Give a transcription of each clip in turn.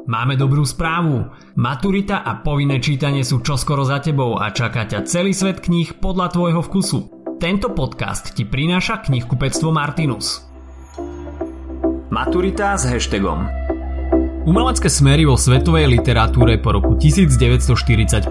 Máme dobrú správu. Maturita a povinné čítanie sú čoskoro za tebou a čaká ťa celý svet kníh podľa tvojho vkusu. Tento podcast ti prináša knihkupectvo Martinus. Maturita s hashtagom. Umelecké smery vo svetovej literatúre po roku 1945.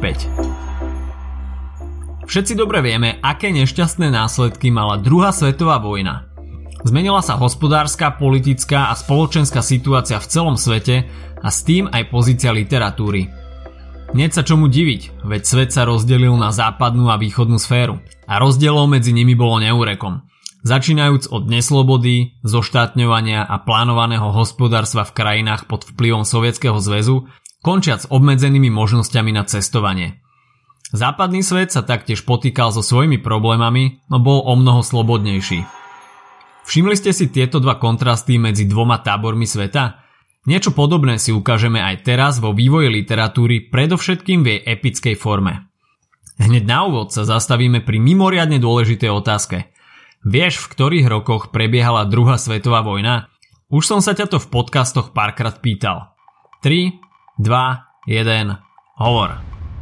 Všetci dobre vieme, aké nešťastné následky mala druhá svetová vojna. Zmenila sa hospodárska, politická a spoločenská situácia v celom svete a s tým aj pozícia literatúry. Nie sa čomu diviť, veď svet sa rozdelil na západnú a východnú sféru. A rozdielov medzi nimi bolo neúrekom. Začínajúc od neslobody, zoštátňovania a plánovaného hospodárstva v krajinách pod vplyvom Sovietskeho zväzu, končiac obmedzenými možnosťami na cestovanie. Západný svet sa taktiež potýkal so svojimi problémami, no bol omnoho slobodnejší. Všimli ste si tieto dva kontrasty medzi dvoma tábormi sveta? Niečo podobné si ukážeme aj teraz vo vývoji literatúry, predovšetkým v jej epickej forme. Hneď na úvod sa zastavíme pri mimoriadne dôležitej otázke. Vieš, v ktorých rokoch prebiehala druhá svetová vojna? Už som sa ťa to v podcastoch párkrát pýtal. 3, 2, 1, hovor.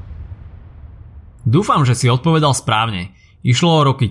Dúfam, že si odpovedal správne. Išlo o roky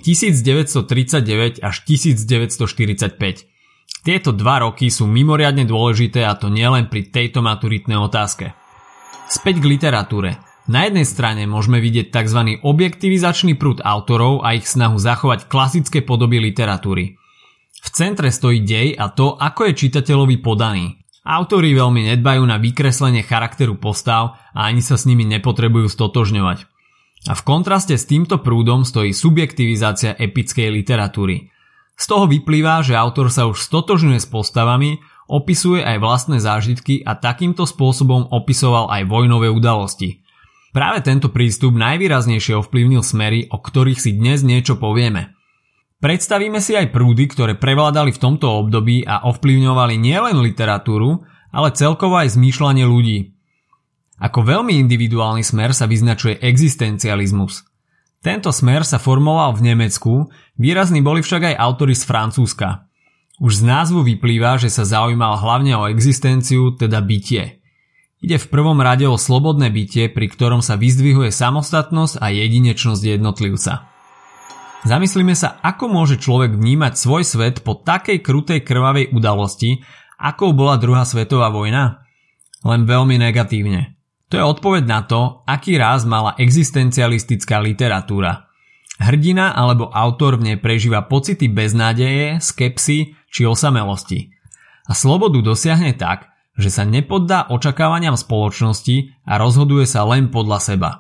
1939 až 1945. Tieto dva roky sú mimoriadne dôležité a to nielen pri tejto maturitnej otázke. Späť k literatúre. Na jednej strane môžeme vidieť tzv. Objektivizačný prúd autorov a ich snahu zachovať klasické podoby literatúry. V centre stojí dej a to, ako je čitateľovi podaný. Autori veľmi nedbajú na vykreslenie charakteru postav a ani sa s nimi nepotrebujú stotožňovať. A v kontraste s týmto prúdom stojí subjektivizácia epickej literatúry. Z toho vyplýva, že autor sa už stotožňuje s postavami, opisuje aj vlastné zážitky a takýmto spôsobom opisoval aj vojnové udalosti. Práve tento prístup najvýraznejšie ovplyvnil smery, o ktorých si dnes niečo povieme. Predstavíme si aj prúdy, ktoré prevládali v tomto období a ovplyvňovali nielen literatúru, ale celkovo aj zmýšľanie ľudí. Ako veľmi individuálny smer sa vyznačuje existencializmus. Tento smer sa formoval v Nemecku, výrazní boli však aj autori z Francúzska. Už z názvu vyplýva, že sa zaujímal hlavne o existenciu, teda bytie. Ide v prvom rade o slobodné bytie, pri ktorom sa vyzdvihuje samostatnosť a jedinečnosť jednotlivca. Zamyslíme sa, ako môže človek vnímať svoj svet po takej krutej krvavej udalosti, akou bola druhá svetová vojna? Len veľmi negatívne. To je odpoveď na to, aký ráz mala existencialistická literatúra. Hrdina alebo autor v nej prežíva pocity beznádeje, skepsy či osamelosti. A slobodu dosiahne tak, že sa nepoddá očakávaniam spoločnosti a rozhoduje sa len podľa seba.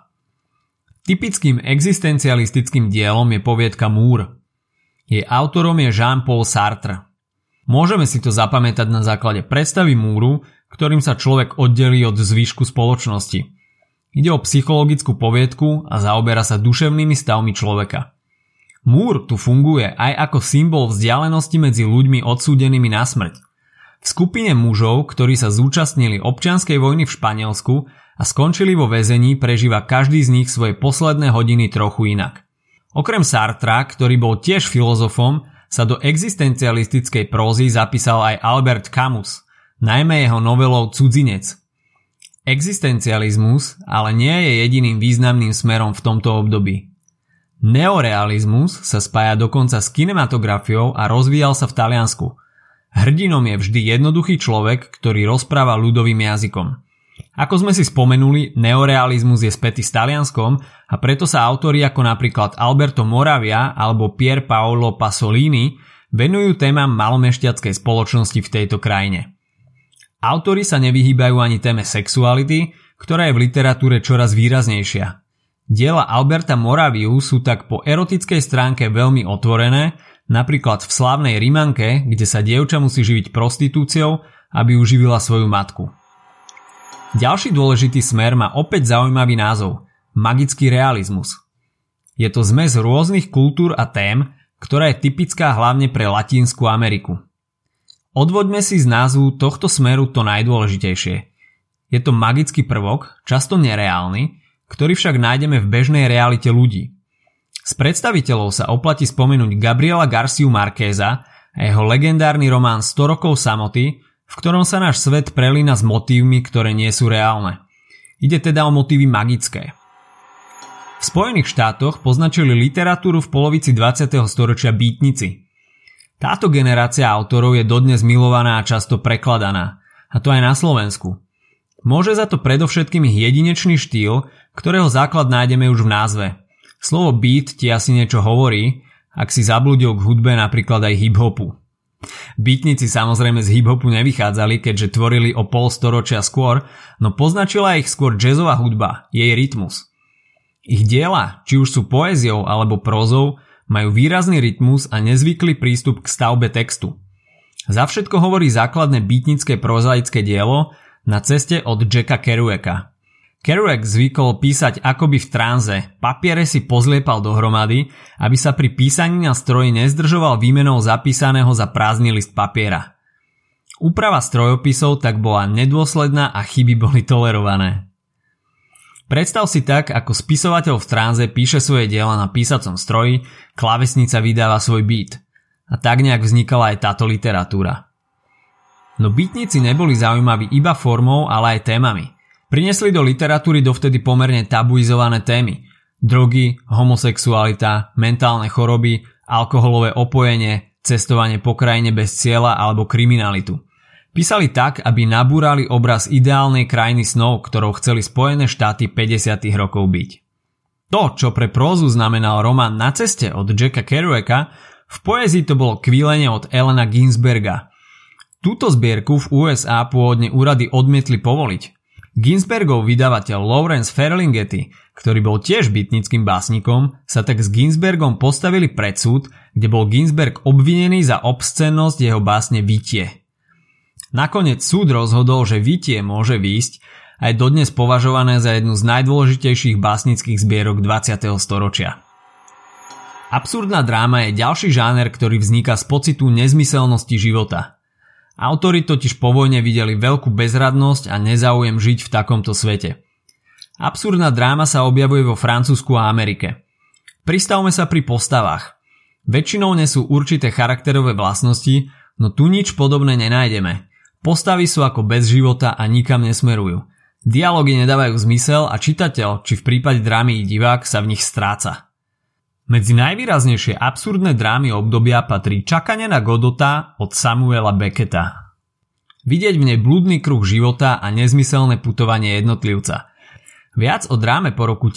Typickým existencialistickým dielom je poviedka Múr. Jej autorom je Jean-Paul Sartre. Môžeme si to zapamätať na základe predstavy múru, ktorým sa človek oddelí od zvyšku spoločnosti. Ide o psychologickú poviedku a zaoberá sa duševnými stavmi človeka. Múr tu funguje aj ako symbol vzdialenosti medzi ľuďmi odsúdenými na smrť. V skupine mužov, ktorí sa zúčastnili občianskej vojny v Španielsku a skončili vo väzení, prežíva každý z nich svoje posledné hodiny trochu inak. Okrem Sartra, ktorý bol tiež filozofom, sa do existencialistickej prózy zapísal aj Albert Camus, najmä jeho novelou Cudzinec. Existencializmus ale nie je jediným významným smerom v tomto období. Neorealizmus sa spája dokonca s kinematografiou a rozvíjal sa v Taliansku. Hrdinom je vždy jednoduchý človek, ktorý rozpráva ľudovým jazykom. Ako sme si spomenuli, neorealizmus je spätý s Talianskom a preto sa autori ako napríklad Alberto Moravia alebo Pier Paolo Pasolini venujú témam malomešťackej spoločnosti v tejto krajine. Autori sa nevyhýbajú ani téme sexuality, ktorá je v literatúre čoraz výraznejšia. Diela Alberta Moraviu sú tak po erotickej stránke veľmi otvorené, napríklad v slávnej Rimanke, kde sa dievča musí živiť prostitúciou, aby uživila svoju matku. Ďalší dôležitý smer má opäť zaujímavý názov – magický realizmus. Je to zmes rôznych kultúr a tém, ktorá je typická hlavne pre Latínsku Ameriku. Odvoďme si z názvu tohto smeru to najdôležitejšie. Je to magický prvok, často nereálny, ktorý však nájdeme v bežnej realite ľudí. Z predstaviteľov sa oplatí spomenúť Gabriela Garciu Marqueza a jeho legendárny román 100 rokov samoty, v ktorom sa náš svet prelína s motívmi, ktoré nie sú reálne. Ide teda o motívy magické. V Spojených štátoch poznačili literatúru v polovici 20. storočia beatnici. Táto generácia autorov je dodnes milovaná a často prekladaná, a to aj na Slovensku. Môže za to predovšetkým ich jedinečný štýl, ktorého základ nájdeme už v názve. Slovo beat ti asi niečo hovorí, ak si zablúdil k hudbe napríklad aj hip-hopu. Beatnici samozrejme z hip-hopu nevychádzali, keďže tvorili o pol storočia skôr, no poznačila ich skôr jazzová hudba, jej rytmus. Ich diela, či už sú poéziou alebo prózou, majú výrazný rytmus a nezvyklý prístup k stavbe textu. Za všetko hovorí základné beatnické prozaické dielo Na ceste od Jacka Kerouaka. Kerouac zvykol písať akoby v tranze, papiere si pozliepal dohromady, aby sa pri písaní na stroji nezdržoval výmenou zapísaného za prázdny list papiera. Úprava strojopisov tak bola nedôsledná a chyby boli tolerované. Predstav si tak, ako spisovateľ v tranze píše svoje diela na písacom stroji, klávesnica vydáva svoj beat. A tak nejak vznikala aj táto literatúra. No beatnici neboli zaujímaví iba formou, ale aj témami. Prinesli do literatúry dovtedy pomerne tabuizované témy. Drogy, homosexualita, mentálne choroby, alkoholové opojenie, cestovanie po krajine bez cieľa alebo kriminalitu. Písali tak, aby nabúrali obraz ideálnej krajiny snov, ktorou chceli Spojené štáty 50. rokov byť. To, čo pre prózu znamenal román Na ceste od Jacka Kerouaka, v poézii to bolo Kvílenie od Allena Ginsberga. Túto zbierku v USA pôvodne úrady odmietli povoliť. Ginsbergov vydavateľ Lawrence Ferlinghetti, ktorý bol tiež beatnickým básnikom, sa tak s Ginsbergom postavili pred súd, kde bol Ginsberg obvinený za obscénnosť jeho básne Vitie. Nakoniec súd rozhodol, že Vitie môže výjsť a je dodnes považované za jednu z najdôležitejších básnických zbierok 20. storočia. Absurdná dráma je ďalší žáner, ktorý vzniká z pocitu nezmyselnosti života. Autori totiž po vojne videli veľkú bezradnosť a nezáujem žiť v takomto svete. Absurdná dráma sa objavuje vo Francúzsku a Amerike. Pristavme sa pri postavách. Väčšinou nesú určité charakterové vlastnosti, no tu nič podobné nenájdeme. Postavy sú ako bez života a nikam nesmerujú. Dialógy nedávajú zmysel a čitateľ, či v prípade drámy i divák, sa v nich stráca. Medzi najvýraznejšie absurdné drámy obdobia patrí Čakanie na Godota od Samuela Becketa. Vidieť v nej blúdny kruh života a nezmyselné putovanie jednotlivca. Viac o dráme po roku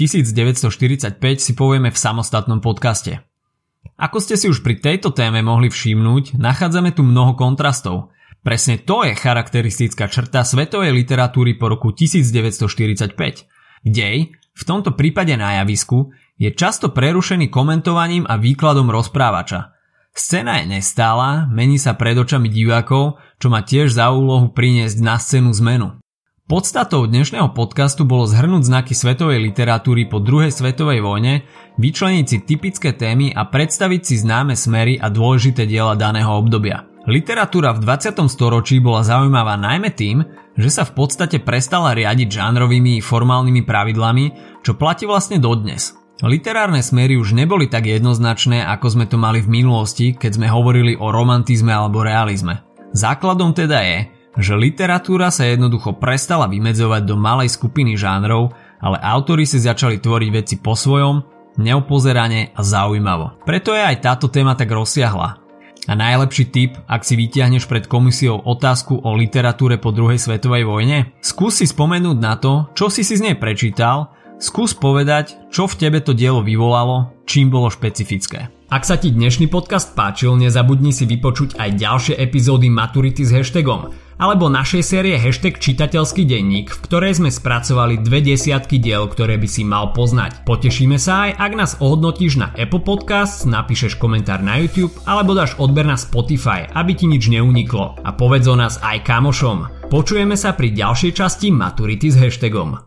1945 si povieme v samostatnom podcaste. Ako ste si už pri tejto téme mohli všimnúť, nachádzame tu mnoho kontrastov. Presne to je charakteristická črta svetovej literatúry po roku 1945. Dej, v tomto prípade na javisku, je často prerušený komentovaním a výkladom rozprávača. Scéna je nestála, mení sa pred očami divákov, čo má tiež za úlohu priniesť na scénu zmenu. Podstatou dnešného podcastu bolo zhrnúť znaky svetovej literatúry po druhej svetovej vojne, vyčleniť si typické témy a predstaviť si známe smery a dôležité diela daného obdobia. Literatúra v 20. storočí bola zaujímavá najmä tým, že sa v podstate prestala riadiť žánrovými formálnymi pravidlami, čo platí vlastne dodnes. Literárne smery už neboli tak jednoznačné, ako sme to mali v minulosti, keď sme hovorili o romantizme alebo realizme. Základom teda je, že literatúra sa jednoducho prestala vymedzovať do malej skupiny žánrov, ale autori si začali tvoriť veci po svojom, neopozerane a zaujímavo. Preto je aj táto téma tak rozsiahla. A najlepší tip, ak si vytiahneš pred komisiou otázku o literatúre po druhej svetovej vojne? Skús si spomenúť na to, čo si z nej prečítal, skús povedať, čo v tebe to dielo vyvolalo, čím bolo špecifické. Ak sa ti dnešný podcast páčil, nezabudni si vypočuť aj ďalšie epizódy Maturity s hashtagom alebo našej série Hashtag čitateľský denník, v ktorej sme spracovali 20 diel, ktoré by si mal poznať. Potešíme sa aj, ak nás ohodnotíš na Apple Podcasts, napíšeš komentár na YouTube alebo dáš odber na Spotify, aby ti nič neuniklo. A povedz o nás aj kamošom. Počujeme sa pri ďalšej časti Maturity s hashtagom.